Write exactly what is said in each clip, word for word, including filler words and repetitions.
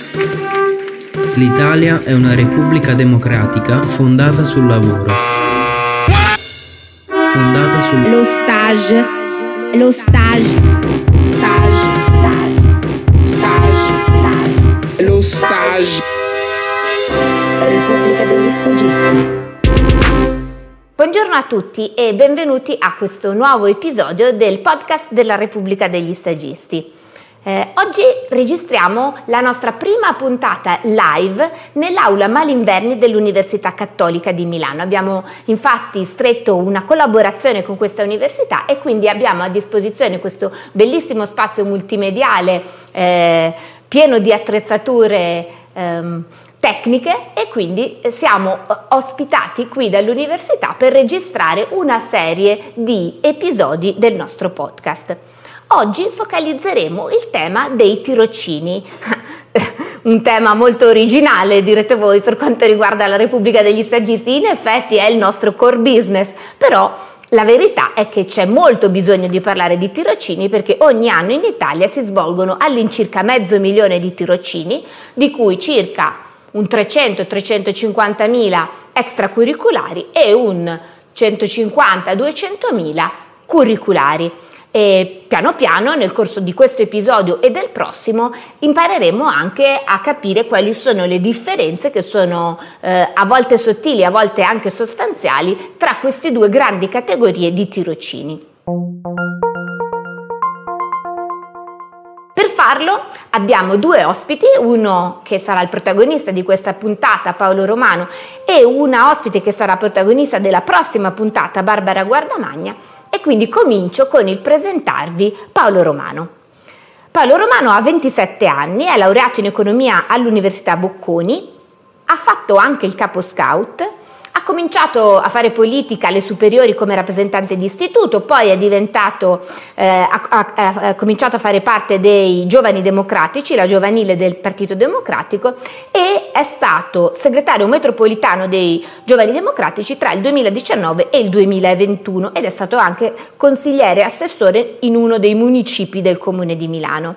L'Italia è una repubblica democratica fondata sul lavoro. Fondata sul... Lo stage. Lo stage. Stage. Stage. Stage. Lo stage. Repubblica degli stagisti. Buongiorno a tutti e benvenuti a questo nuovo episodio del podcast della Repubblica degli Stagisti. Eh, oggi registriamo la nostra prima puntata live nell'aula Malinverni dell'Università Cattolica di Milano. Abbiamo infatti stretto una collaborazione con questa università e quindi abbiamo a disposizione questo bellissimo spazio multimediale eh, pieno di attrezzature ehm, tecniche e quindi siamo ospitati qui dall'università per registrare una serie di episodi del nostro podcast. Oggi focalizzeremo il tema dei tirocini, un tema molto originale direte voi per quanto riguarda la Repubblica degli Stagisti. In effetti è il nostro core business, però la verità è che c'è molto bisogno di parlare di tirocini perché ogni anno in Italia si svolgono all'incirca mezzo milione di tirocini, di cui circa un trecento trecentocinquantamila extracurriculari e un centocinquanta duecentomila curriculari. E piano piano nel corso di questo episodio e del prossimo impareremo anche a capire quali sono le differenze che sono eh, a volte sottili, a volte anche sostanziali tra queste due grandi categorie di tirocini. Per farlo abbiamo due ospiti, uno che sarà il protagonista di questa puntata, Paolo Romano, e una ospite che sarà protagonista della prossima puntata, Barbara Guardamagna. E quindi comincio con il presentarvi Paolo Romano. Paolo Romano ha ventisette anni, è laureato in economia all'Università Bocconi, ha fatto anche il capo scout, ha cominciato a fare politica alle superiori come rappresentante di istituto, poi è diventato, eh, ha, ha, ha cominciato a fare parte dei Giovani Democratici, la giovanile del Partito Democratico, e è stato segretario metropolitano dei Giovani Democratici tra il duemiladiciannove e il duemilaventuno ed è stato anche consigliere assessore in uno dei municipi del Comune di Milano.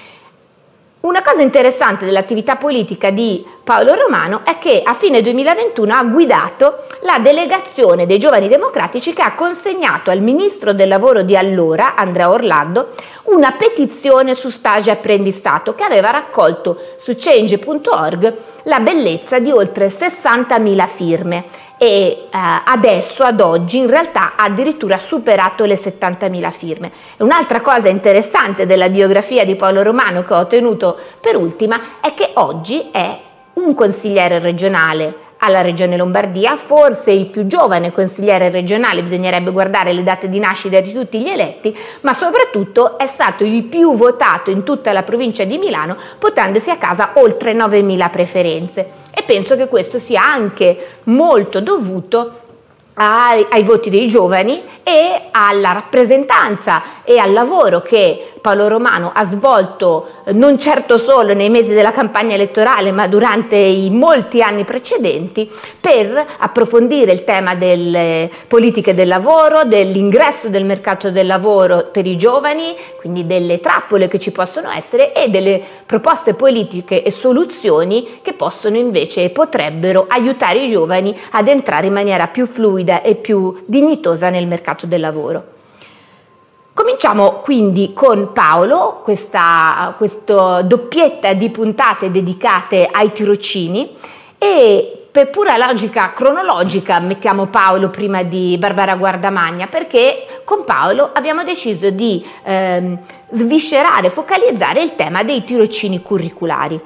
Una cosa interessante dell'attività politica di Paolo Romano è che a fine duemilaventuno ha guidato la delegazione dei Giovani Democratici che ha consegnato al ministro del lavoro di allora, Andrea Orlando, una petizione su stage e apprendistato che aveva raccolto su change punto org la bellezza di oltre sessantamila firme e eh, adesso, ad oggi, in realtà ha addirittura superato le settantamila firme. E un'altra cosa interessante della biografia di Paolo Romano che ho ottenuto per ultima è che oggi è un consigliere regionale alla Regione Lombardia, forse il più giovane consigliere regionale, bisognerebbe guardare le date di nascita di tutti gli eletti, ma soprattutto è stato il più votato in tutta la provincia di Milano, portandosi a casa oltre novemila preferenze. E penso che questo sia anche molto dovuto ai, ai voti dei giovani e alla rappresentanza e al lavoro che Paolo Romano ha svolto non certo solo nei mesi della campagna elettorale ma durante i molti anni precedenti per approfondire il tema delle politiche del lavoro, dell'ingresso del mercato del lavoro per i giovani, quindi delle trappole che ci possono essere e delle proposte politiche e soluzioni che possono invece e potrebbero aiutare i giovani ad entrare in maniera più fluida e più dignitosa nel mercato del lavoro. Cominciamo quindi con Paolo, questa, questa doppietta di puntate dedicate ai tirocini e per pura logica cronologica mettiamo Paolo prima di Barbara Guardamagna perché con Paolo abbiamo deciso di ehm, sviscerare, focalizzare il tema dei tirocini curriculari,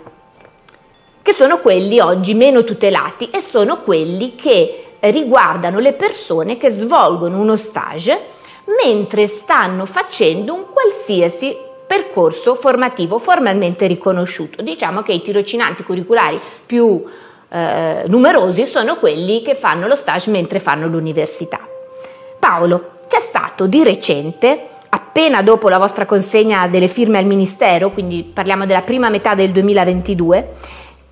che sono quelli oggi meno tutelati e sono quelli che riguardano le persone che svolgono uno stage mentre stanno facendo un qualsiasi percorso formativo formalmente riconosciuto. Diciamo che i tirocinanti curriculari più eh, numerosi sono quelli che fanno lo stage mentre fanno l'università. Paolo, c'è stato di recente, appena dopo la vostra consegna delle firme al Ministero, quindi parliamo della prima metà del duemilaventidue,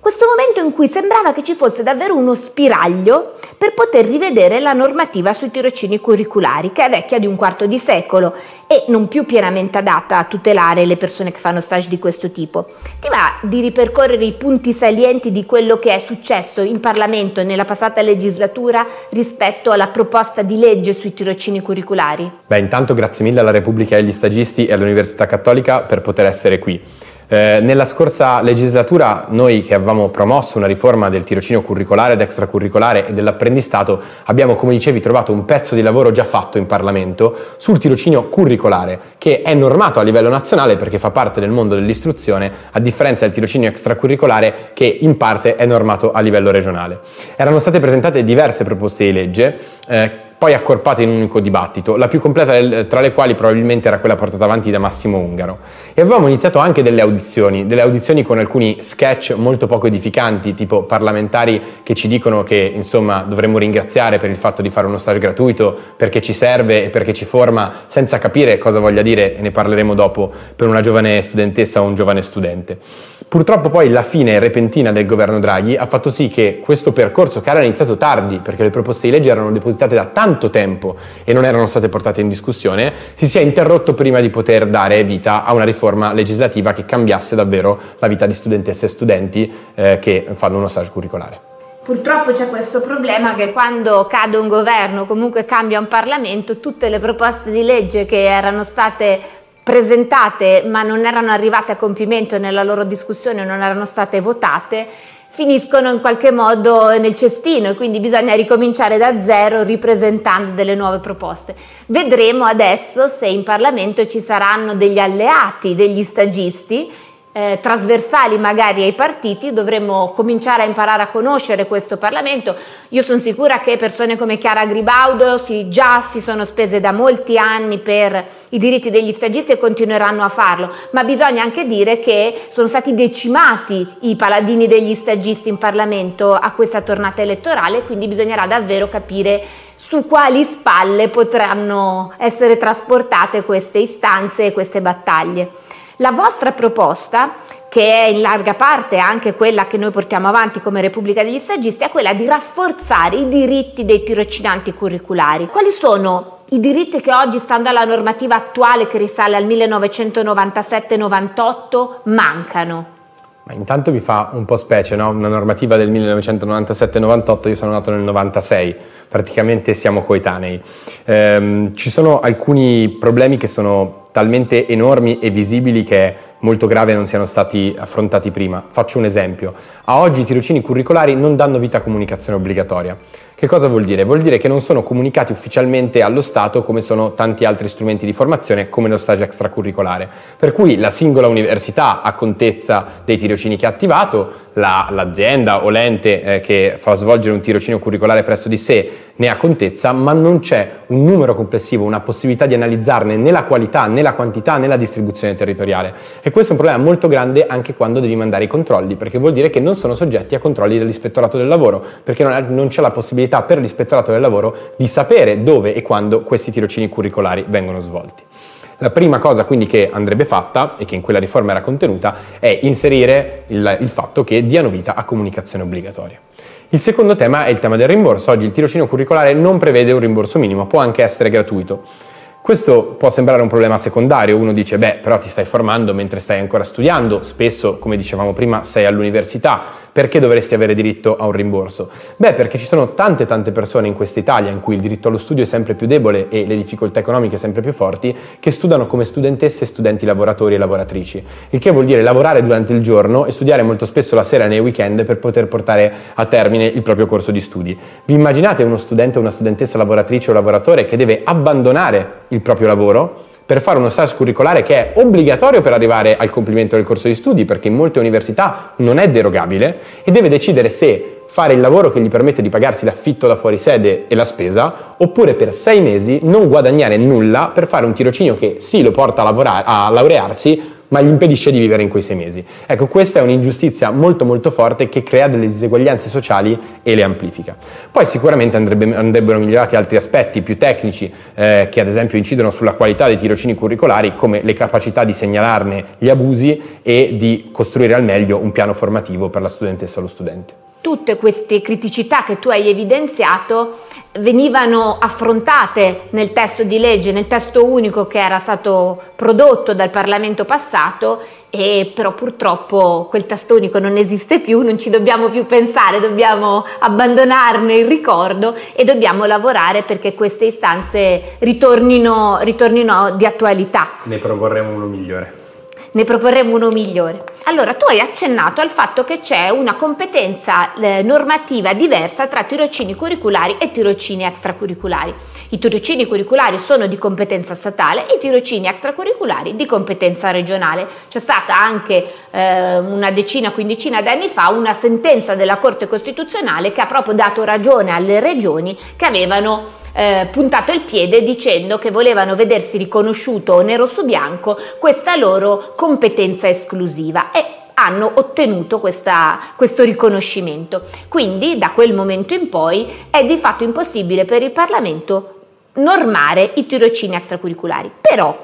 questo momento in cui sembrava che ci fosse davvero uno spiraglio per poter rivedere la normativa sui tirocini curriculari, che è vecchia di un quarto di secolo e non più pienamente adatta a tutelare le persone che fanno stage di questo tipo. Ti va di ripercorrere i punti salienti di quello che è successo in Parlamento nella passata legislatura rispetto alla proposta di legge sui tirocini curriculari? Beh, intanto grazie mille alla Repubblica e agli stagisti e all'Università Cattolica per poter essere qui. Eh, nella scorsa legislatura noi che avevamo promosso una riforma del tirocinio curricolare ed extracurricolare e dell'apprendistato abbiamo, come dicevi, trovato un pezzo di lavoro già fatto in Parlamento sul tirocinio curricolare, che è normato a livello nazionale perché fa parte del mondo dell'istruzione, a differenza del tirocinio extracurricolare che in parte è normato a livello regionale. Erano state presentate diverse proposte di legge, eh, poi accorpate in un unico dibattito, la più completa tra le quali probabilmente era quella portata avanti da Massimo Ungaro. E avevamo iniziato anche delle audizioni, delle audizioni con alcuni sketch molto poco edificanti, tipo parlamentari che ci dicono che insomma dovremmo ringraziare per il fatto di fare uno stage gratuito, perché ci serve e perché ci forma, senza capire cosa voglia dire, e ne parleremo dopo, per una giovane studentessa o un giovane studente. Purtroppo poi la fine repentina del governo Draghi ha fatto sì che questo percorso, che era iniziato tardi, perché le proposte di legge erano depositate da tanto tempo e non erano state portate in discussione, si sia interrotto prima di poter dare vita a una riforma legislativa che cambiasse davvero la vita di studentesse e studenti eh, che fanno uno stage curricolare. Purtroppo c'è questo problema che quando cade un governo, comunque cambia un Parlamento, tutte le proposte di legge che erano state presentate ma non erano arrivate a compimento nella loro discussione, non erano state votate, finiscono in qualche modo nel cestino e quindi bisogna ricominciare da zero ripresentando delle nuove proposte. Vedremo adesso se in Parlamento ci saranno degli alleati, degli stagisti, Eh, trasversali magari ai partiti. Dovremmo cominciare a imparare a conoscere questo Parlamento. Io sono sicura che persone come Chiara Gribaudo si, già si sono spese da molti anni per i diritti degli stagisti e continueranno a farlo, ma bisogna anche dire che sono stati decimati i paladini degli stagisti in Parlamento a questa tornata elettorale, quindi bisognerà davvero capire su quali spalle potranno essere trasportate queste istanze e queste battaglie. La vostra proposta, che è in larga parte anche quella che noi portiamo avanti come Repubblica degli Stagisti, è quella di rafforzare i diritti dei tirocinanti curriculari. Quali sono i diritti che oggi, stando alla normativa attuale che risale al millenovecentonovantasette novantotto, mancano? Ma intanto mi fa un po' specie, no? Una normativa del millenovecentonovantasette novantotto, io sono nato nel novantasei, praticamente siamo coetanei. Ehm, ci sono alcuni problemi che sono talmente enormi e visibili che è molto grave non siano stati affrontati prima. Faccio un esempio. A oggi i tirocini curricolari non danno vita a comunicazione obbligatoria. Che cosa vuol dire? Vuol dire che non sono comunicati ufficialmente allo Stato come sono tanti altri strumenti di formazione come lo stage extracurricolare. Per cui la singola università ha contezza dei tirocini che ha attivato, la, l'azienda o l'ente eh, che fa svolgere un tirocinio curricolare presso di sé ne ha contezza, ma non c'è un numero complessivo, una possibilità di analizzarne né la qualità, né la quantità, né la distribuzione territoriale. E questo è un problema molto grande anche quando devi mandare i controlli, perché vuol dire che non sono soggetti a controlli dell'Ispettorato del Lavoro, perché non, non c'è la possibilità per l'Ispettorato del Lavoro di sapere dove e quando questi tirocini curricolari vengono svolti. La prima cosa quindi che andrebbe fatta, e che in quella riforma era contenuta, è inserire il, il fatto che diano vita a comunicazione obbligatoria. Il secondo tema è il tema del rimborso. Oggi il tirocinio curricolare non prevede un rimborso minimo, può anche essere gratuito. Questo può sembrare un problema secondario, uno dice beh però ti stai formando mentre stai ancora studiando, spesso come dicevamo prima sei all'università, perché dovresti avere diritto a un rimborso? Beh perché ci sono tante tante persone in questa Italia in cui il diritto allo studio è sempre più debole e le difficoltà economiche sempre più forti, che studiano come studentesse e studenti lavoratori e lavoratrici, il che vuol dire lavorare durante il giorno e studiare molto spesso la sera nei weekend per poter portare a termine il proprio corso di studi. Vi immaginate uno studente o una studentessa lavoratrice o lavoratore che deve abbandonare il proprio lavoro per fare uno stage curricolare che è obbligatorio per arrivare al compimento del corso di studi, perché in molte università non è derogabile, e deve decidere se fare il lavoro che gli permette di pagarsi l'affitto da fuori sede e la spesa, oppure per sei mesi non guadagnare nulla per fare un tirocinio che sì lo porta a, lavorare, a laurearsi, ma gli impedisce di vivere in quei sei mesi. Ecco, questa è un'ingiustizia molto molto forte che crea delle diseguaglianze sociali e le amplifica. Poi sicuramente andrebbe, andrebbero migliorati altri aspetti più tecnici eh, che ad esempio incidono sulla qualità dei tirocini curricolari, come le capacità di segnalarne gli abusi e di costruire al meglio un piano formativo per la studentessa o lo studente. Tutte queste criticità che tu hai evidenziato venivano affrontate nel testo di legge, nel testo unico che era stato prodotto dal Parlamento passato, e però purtroppo quel testo unico non esiste più, non ci dobbiamo più pensare, dobbiamo abbandonarne il ricordo e dobbiamo lavorare perché queste istanze ritornino, ritornino di attualità. Ne proporremo uno migliore. Ne proporremo uno migliore. Allora, tu hai accennato al fatto che c'è una competenza eh, normativa diversa tra tirocini curriculari e tirocini extracurriculari. I tirocini curriculari sono di competenza statale, i tirocini extracurriculari di competenza regionale. C'è stata anche eh, una decina, quindicina d'anni fa una sentenza della Corte Costituzionale che ha proprio dato ragione alle regioni che avevano Eh, puntato il piede dicendo che volevano vedersi riconosciuto nero su bianco questa loro competenza esclusiva e hanno ottenuto questa, questo riconoscimento. Quindi da quel momento in poi è di fatto impossibile per il Parlamento normare i tirocini extracurriculari. Però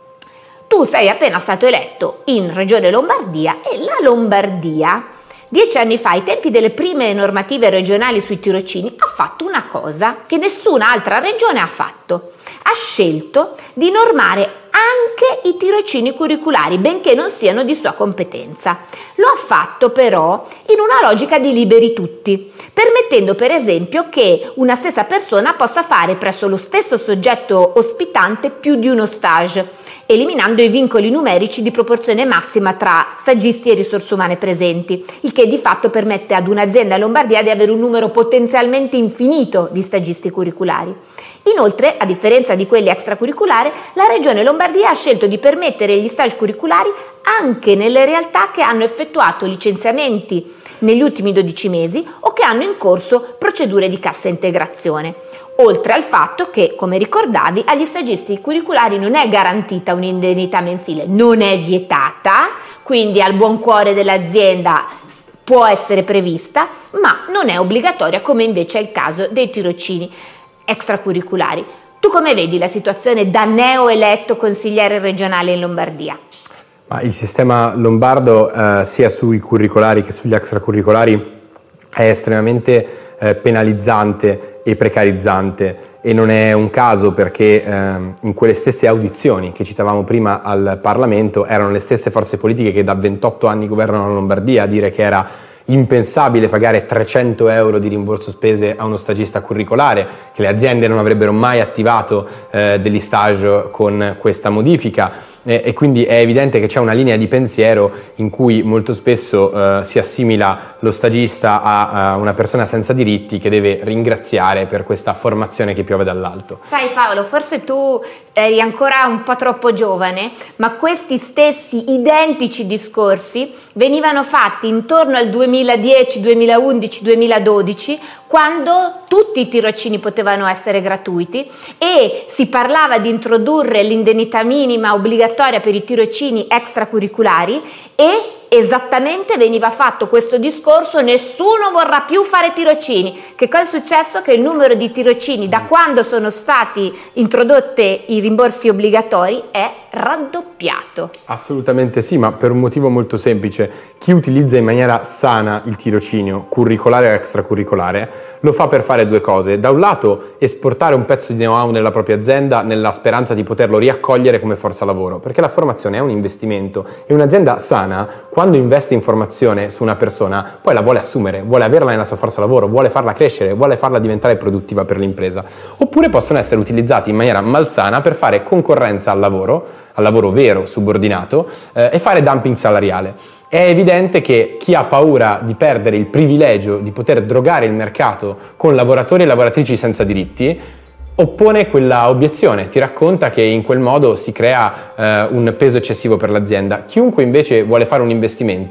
tu sei appena stato eletto in Regione Lombardia e la Lombardia dieci anni fa, ai tempi delle prime normative regionali sui tirocini, ha fatto una cosa che nessuna altra regione ha fatto. Ha scelto di normare anche i tirocini curriculari, benché non siano di sua competenza. Lo ha fatto però in una logica di liberi tutti, permettendo per esempio che una stessa persona possa fare presso lo stesso soggetto ospitante più di uno stage, eliminando i vincoli numerici di proporzione massima tra stagisti e risorse umane presenti, il che di fatto permette ad un'azienda in Lombardia di avere un numero potenzialmente infinito di stagisti curriculari. Inoltre, a differenza di quelli extracurriculari, la Regione Lombardia ha scelto di permettere gli stage curriculari anche nelle realtà che hanno effettuato licenziamenti negli ultimi dodici mesi o che hanno in corso procedure di cassa integrazione. Oltre al fatto che, come ricordavi, agli stagisti curriculari non è garantita un'indennità mensile, non è vietata, quindi al buon cuore dell'azienda può essere prevista, ma non è obbligatoria come invece è il caso dei tirocini extracurriculari. Tu come vedi la situazione da neoeletto consigliere regionale in Lombardia? Ma il sistema lombardo eh, sia sui curricolari che sugli extracurricolari è estremamente eh, penalizzante e precarizzante, e non è un caso perché eh, in quelle stesse audizioni che citavamo prima al Parlamento erano le stesse forze politiche che da ventotto anni governano la Lombardia a dire che era impensabile pagare trecento euro di rimborso spese a uno stagista curricolare, che le aziende non avrebbero mai attivato eh, degli stage con questa modifica, eh, e quindi è evidente che c'è una linea di pensiero in cui molto spesso eh, si assimila lo stagista a, a una persona senza diritti che deve ringraziare per questa formazione che piove dall'alto. Sai Paolo, forse tu eri ancora un po' troppo giovane, ma questi stessi identici discorsi venivano fatti intorno al duemiladieci, duemilaundici, duemiladodici, quando tutti i tirocini potevano essere gratuiti e si parlava di introdurre l'indennità minima obbligatoria per i tirocini extracurriculari e esattamente veniva fatto questo discorso: nessuno vorrà più fare tirocini. Che cosa è successo? Che il numero di tirocini da quando sono stati introdotti i rimborsi obbligatori è raddoppiato. Assolutamente sì, ma per un motivo molto semplice: chi utilizza in maniera sana il tirocinio curricolare o extracurricolare lo fa per fare due cose: da un lato esportare un pezzo di know-how nella propria azienda nella speranza di poterlo riaccogliere come forza lavoro, perché la formazione è un investimento e un'azienda sana, quando investe in formazione su una persona, poi la vuole assumere, vuole averla nella sua forza lavoro, vuole farla crescere, vuole farla diventare produttiva per l'impresa. Oppure possono essere utilizzati in maniera malsana per fare concorrenza al lavoro, al lavoro vero, subordinato, eh, e fare dumping salariale. È evidente che chi ha paura di perdere il privilegio di poter drogare il mercato con lavoratori e lavoratrici senza diritti oppone quella obiezione, ti racconta che in quel modo si crea eh, un peso eccessivo per l'azienda. Chiunque invece vuole fare un investimento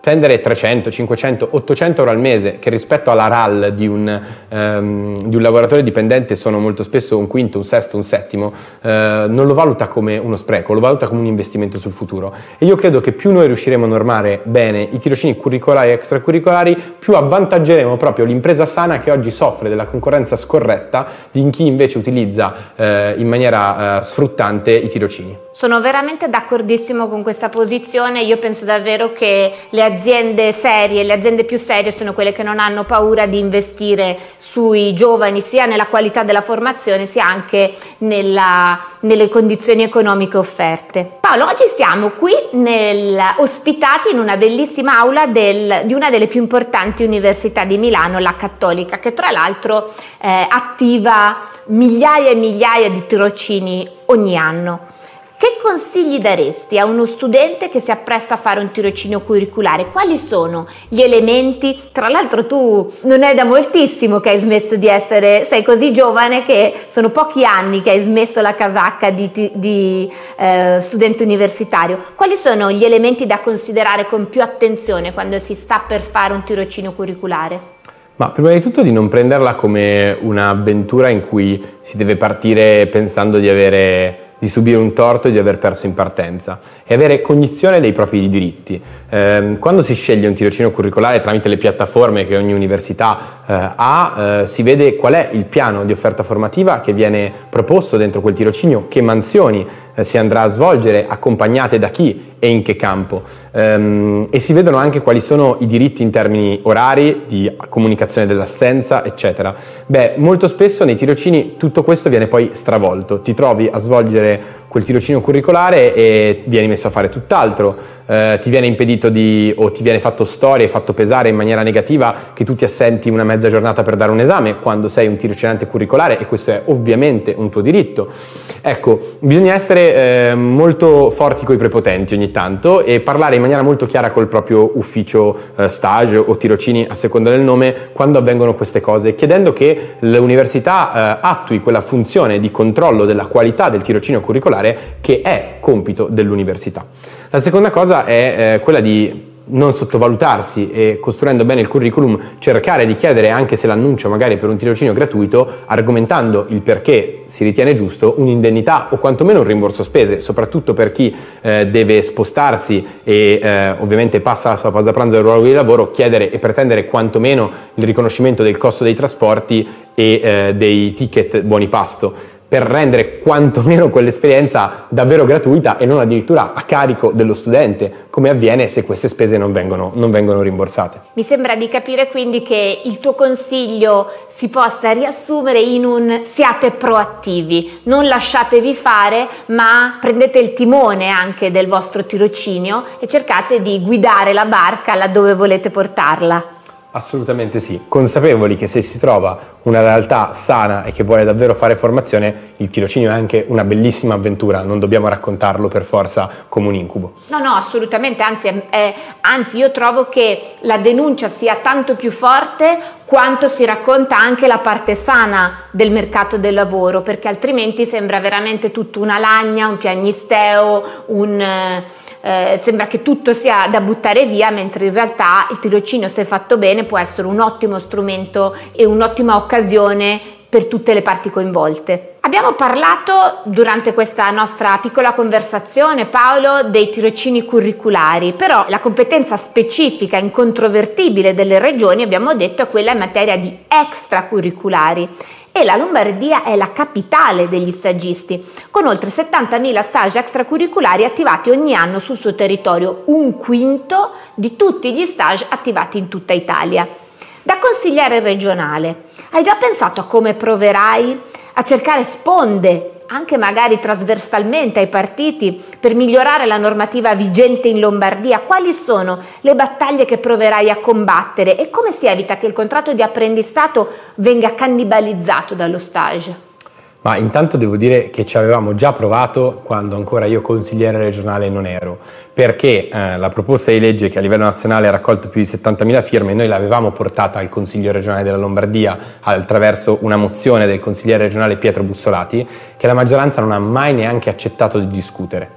Prendere trecento, cinquecento, ottocento euro al mese, che rispetto alla R A L di un, um, di un lavoratore dipendente sono molto spesso un quinto, un sesto, un settimo, uh, non lo valuta come uno spreco, lo valuta come un investimento sul futuro. E io credo che più noi riusciremo a normare bene i tirocini curricolari e extracurricolari, più avvantaggeremo proprio l'impresa sana che oggi soffre della concorrenza scorretta di chi invece utilizza uh, in maniera uh, sfruttante i tirocini. Sono veramente d'accordissimo con questa posizione. Io penso davvero che le aziende serie, le aziende più serie sono quelle che non hanno paura di investire sui giovani, sia nella qualità della formazione sia anche nella, nelle condizioni economiche offerte. Paolo, oggi siamo qui nel, ospitati in una bellissima aula del, di una delle più importanti università di Milano, la Cattolica, che tra l'altro eh, attiva migliaia e migliaia di tirocini ogni anno. Che consigli daresti a uno studente che si appresta a fare un tirocinio curriculare? Quali sono gli elementi? Tra l'altro tu non è da moltissimo che hai smesso di essere, sei così giovane che sono pochi anni che hai smesso la casacca di, di eh, studente universitario. Quali sono gli elementi da considerare con più attenzione quando si sta per fare un tirocinio curriculare? Ma prima di tutto di non prenderla come un'avventura in cui si deve partire pensando di avere... di subire un torto e di aver perso in partenza e avere cognizione dei propri diritti. Eh, quando si sceglie un tirocinio curricolare tramite le piattaforme che ogni università eh, ha, eh, si vede qual è il piano di offerta formativa che viene proposto dentro quel tirocinio, che mansioni eh, si andrà a svolgere, accompagnate da chi e in che campo, ehm, e si vedono anche quali sono i diritti in termini orari, di comunicazione dell'assenza, eccetera. Beh, molto spesso nei tirocini tutto questo viene poi stravolto, ti trovi a svolgere quel tirocinio curricolare e vieni messo a fare tutt'altro, eh, ti viene impedito di, o ti viene fatto storia e fatto pesare in maniera negativa che tu ti assenti una mezza giornata per dare un esame quando sei un tirocinante curricolare, e questo è ovviamente un tuo diritto. Ecco, bisogna essere eh, molto forti coi prepotenti ogni tanto e parlare in maniera molto chiara col proprio ufficio eh, stage o tirocini a seconda del nome quando avvengono queste cose, chiedendo che l'università eh, attui quella funzione di controllo della qualità del tirocinio curricolare che è compito dell'università. La seconda cosa è eh, quella di non sottovalutarsi e, costruendo bene il curriculum, cercare di chiedere, anche se l'annuncio magari per un tirocinio gratuito, argomentando il perché si ritiene giusto, un'indennità o quantomeno un rimborso spese, soprattutto per chi eh, deve spostarsi e eh, ovviamente passa la sua pausa pranzo al luogo di lavoro, chiedere e pretendere quantomeno il riconoscimento del costo dei trasporti e eh, dei ticket buoni pasto, per rendere quantomeno quell'esperienza davvero gratuita e non addirittura a carico dello studente, come avviene se queste spese non vengono, non vengono rimborsate. Mi sembra di capire quindi che il tuo consiglio si possa riassumere in un: siate proattivi, non lasciatevi fare, ma prendete il timone anche del vostro tirocinio e cercate di guidare la barca laddove volete portarla. Assolutamente sì, consapevoli che se si trova una realtà sana e che vuole davvero fare formazione, il tirocinio è anche una bellissima avventura, non dobbiamo raccontarlo per forza come un incubo. No, no, assolutamente, anzi, è, anzi io trovo che la denuncia sia tanto più forte quanto si racconta anche la parte sana del mercato del lavoro, perché altrimenti sembra veramente tutto una lagna, un piagnisteo, un... Eh, sembra che tutto sia da buttare via, mentre in realtà il tirocinio, se fatto bene, può essere un ottimo strumento e un'ottima occasione per tutte le parti coinvolte. Abbiamo parlato durante questa nostra piccola conversazione, Paolo, dei tirocini curriculari, però la competenza specifica incontrovertibile delle regioni, abbiamo detto, è quella in materia di extracurriculari. E la Lombardia è la capitale degli stagisti, con oltre settantamila stage extracurriculari attivati ogni anno sul suo territorio, un quinto di tutti gli stage attivati in tutta Italia. Da consigliere regionale, hai già pensato a come proverai a cercare sponde, anche magari trasversalmente ai partiti, per migliorare la normativa vigente in Lombardia? Quali sono le battaglie che proverai a combattere e come si evita che il contratto di apprendistato venga cannibalizzato dallo stage? Ma intanto devo dire che ci avevamo già provato quando ancora io consigliere regionale non ero, perché eh, la proposta di legge che a livello nazionale ha raccolto più di settantamila firme, noi l'avevamo portata al Consiglio regionale della Lombardia attraverso una mozione del consigliere regionale Pietro Bussolati, che la maggioranza non ha mai neanche accettato di discutere.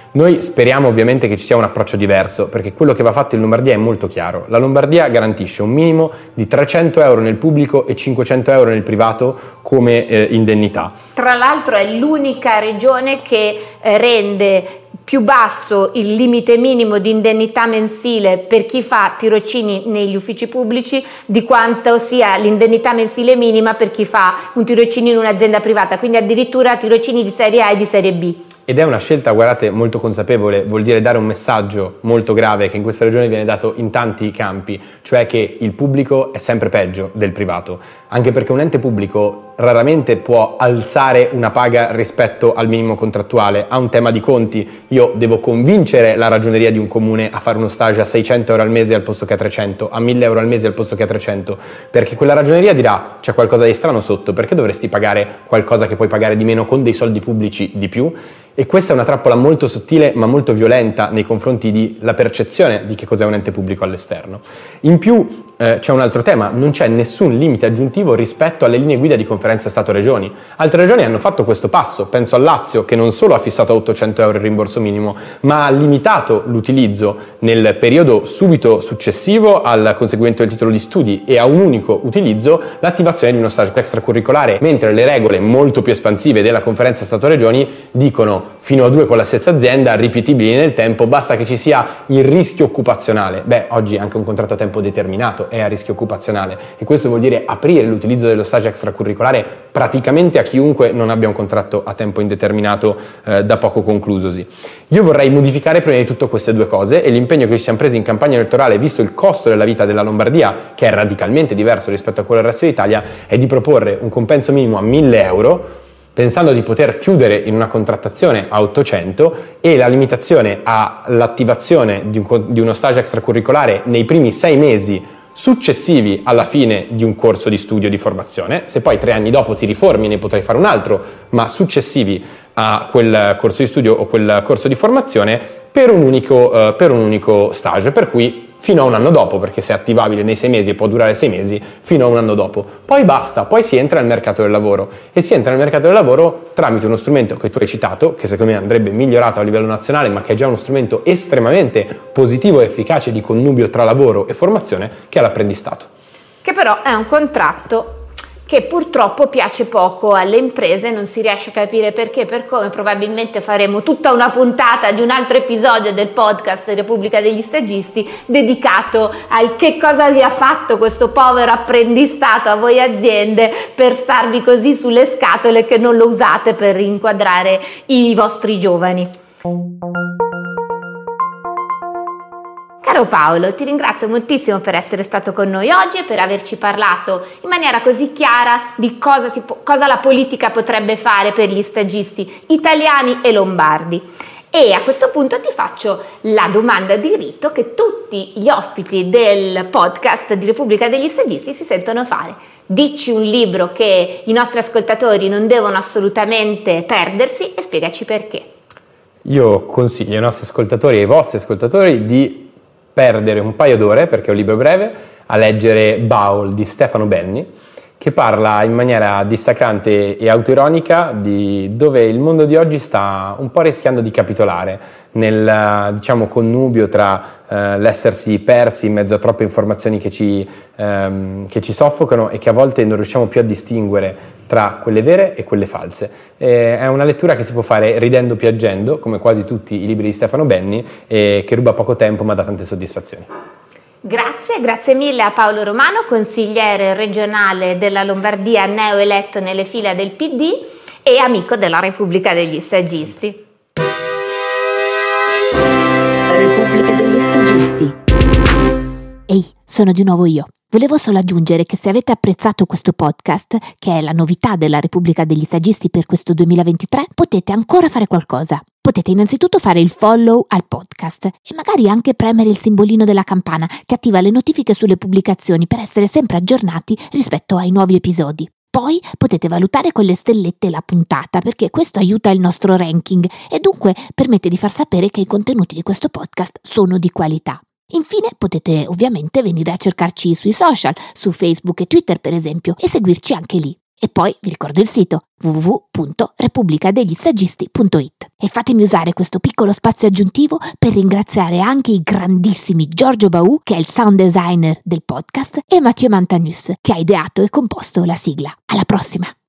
Noi speriamo ovviamente che ci sia un approccio diverso, perché quello che va fatto in Lombardia è molto chiaro. La Lombardia garantisce un minimo di trecento euro nel pubblico e cinquecento euro nel privato come eh, indennità. Tra l'altro è l'unica regione che eh, rende più basso il limite minimo di indennità mensile per chi fa tirocini negli uffici pubblici di quanto sia l'indennità mensile minima per chi fa un tirocinio in un'azienda privata, quindi addirittura tirocini di serie A e di serie B. Ed è una scelta, guardate, molto consapevole, vuol dire dare un messaggio molto grave che in questa regione viene dato in tanti campi, cioè che il pubblico è sempre peggio del privato, anche perché un ente pubblico raramente può alzare una paga rispetto al minimo contrattuale. Ha un tema di conti: io devo convincere la ragioneria di un comune a fare uno stage a seicento euro al mese al posto che a trecento, a mille euro al mese al posto che a trecento, perché quella ragioneria dirà c'è qualcosa di strano sotto, perché dovresti pagare qualcosa che puoi pagare di meno con dei soldi pubblici di più? E questa è una trappola molto sottile ma molto violenta nei confronti della percezione di che cos'è un ente pubblico all'esterno. In più eh, c'è un altro tema: non c'è nessun limite aggiuntivo rispetto alle linee guida di conferenza Stato-Regioni. Altre regioni hanno fatto questo passo, penso al Lazio, che non solo ha fissato a ottocento euro il rimborso minimo, ma ha limitato l'utilizzo nel periodo subito successivo al conseguimento del titolo di studi e a un unico utilizzo l'attivazione di uno stage extracurricolare, mentre le regole molto più espansive della conferenza Stato-Regioni dicono fino a due con la stessa azienda, ripetibili nel tempo, basta che ci sia il rischio occupazionale. Beh, oggi anche un contratto a tempo determinato è a rischio occupazionale e questo vuol dire aprire l'utilizzo dello stage extracurricolare praticamente a chiunque non abbia un contratto a tempo indeterminato eh, da poco conclusosi. Io vorrei modificare prima di tutto queste due cose, e l'impegno che ci siamo presi in campagna elettorale, visto il costo della vita della Lombardia, che è radicalmente diverso rispetto a quello del resto d'Italia, è di proporre un compenso minimo a mille euro, pensando di poter chiudere in una contrattazione a ottocento, e la limitazione all'attivazione di, un, di uno stage extracurricolare nei primi sei mesi successivi alla fine di un corso di studio di formazione. Se poi tre anni dopo ti riformi ne potrai fare un altro, ma successivi a quel corso di studio o quel corso di formazione per un unico, uh, per un unico stage, per cui fino a un anno dopo, perché se è attivabile nei sei mesi e può durare sei mesi, fino a un anno dopo. Poi basta, poi si entra nel mercato del lavoro, e si entra nel mercato del lavoro tramite uno strumento che tu hai citato, che secondo me andrebbe migliorato a livello nazionale, ma che è già uno strumento estremamente positivo e efficace di connubio tra lavoro e formazione, che è l'apprendistato. Che però è un contratto che purtroppo piace poco alle imprese, non si riesce a capire perché, per come. Probabilmente faremo tutta una puntata di un altro episodio del podcast Repubblica degli Stagisti dedicato al che cosa vi ha fatto questo povero apprendistato a voi aziende per starvi così sulle scatole che non lo usate per inquadrare i vostri giovani. Caro Paolo, ti ringrazio moltissimo per essere stato con noi oggi e per averci parlato in maniera così chiara di cosa, si po- cosa la politica potrebbe fare per gli stagisti italiani e lombardi. E a questo punto ti faccio la domanda di rito che tutti gli ospiti del podcast di Repubblica degli Stagisti si sentono fare. Dici un libro che i nostri ascoltatori non devono assolutamente perdersi e spiegaci perché. Io consiglio ai nostri ascoltatori e ai vostri ascoltatori di perdere un paio d'ore, perché è un libro breve, a leggere Baul di Stefano Benni, che parla in maniera dissacrante e autoironica di dove il mondo di oggi sta un po' rischiando di capitolare nel, diciamo, connubio tra eh, l'essersi persi in mezzo a troppe informazioni che ci, ehm, che ci soffocano e che a volte non riusciamo più a distinguere tra quelle vere e quelle false. Eh, è una lettura che si può fare ridendo piangendo, come quasi tutti i libri di Stefano Benni, e che ruba poco tempo ma dà tante soddisfazioni. Grazie, grazie mille a Paolo Romano, consigliere regionale della Lombardia neoeletto nelle fila del P D e amico della Repubblica degli Stagisti. Repubblica degli Stagisti. Ehi, sono di nuovo io. Volevo solo aggiungere che se avete apprezzato questo podcast, che è la novità della Repubblica degli Stagisti per questo duemilaventitré, potete ancora fare qualcosa. Potete innanzitutto fare il follow al podcast e magari anche premere il simbolino della campana che attiva le notifiche sulle pubblicazioni per essere sempre aggiornati rispetto ai nuovi episodi. Poi potete valutare con le stellette la puntata, perché questo aiuta il nostro ranking e dunque permette di far sapere che i contenuti di questo podcast sono di qualità. Infine potete ovviamente venire a cercarci sui social, su Facebook e Twitter per esempio, e seguirci anche lì. E poi vi ricordo il sito w w w punto repubblicadeglistagisti punto i t e fatemi usare questo piccolo spazio aggiuntivo per ringraziare anche i grandissimi Giorgio Baù, che è il sound designer del podcast, e Mathieu Mantanus, che ha ideato e composto la sigla. Alla prossima!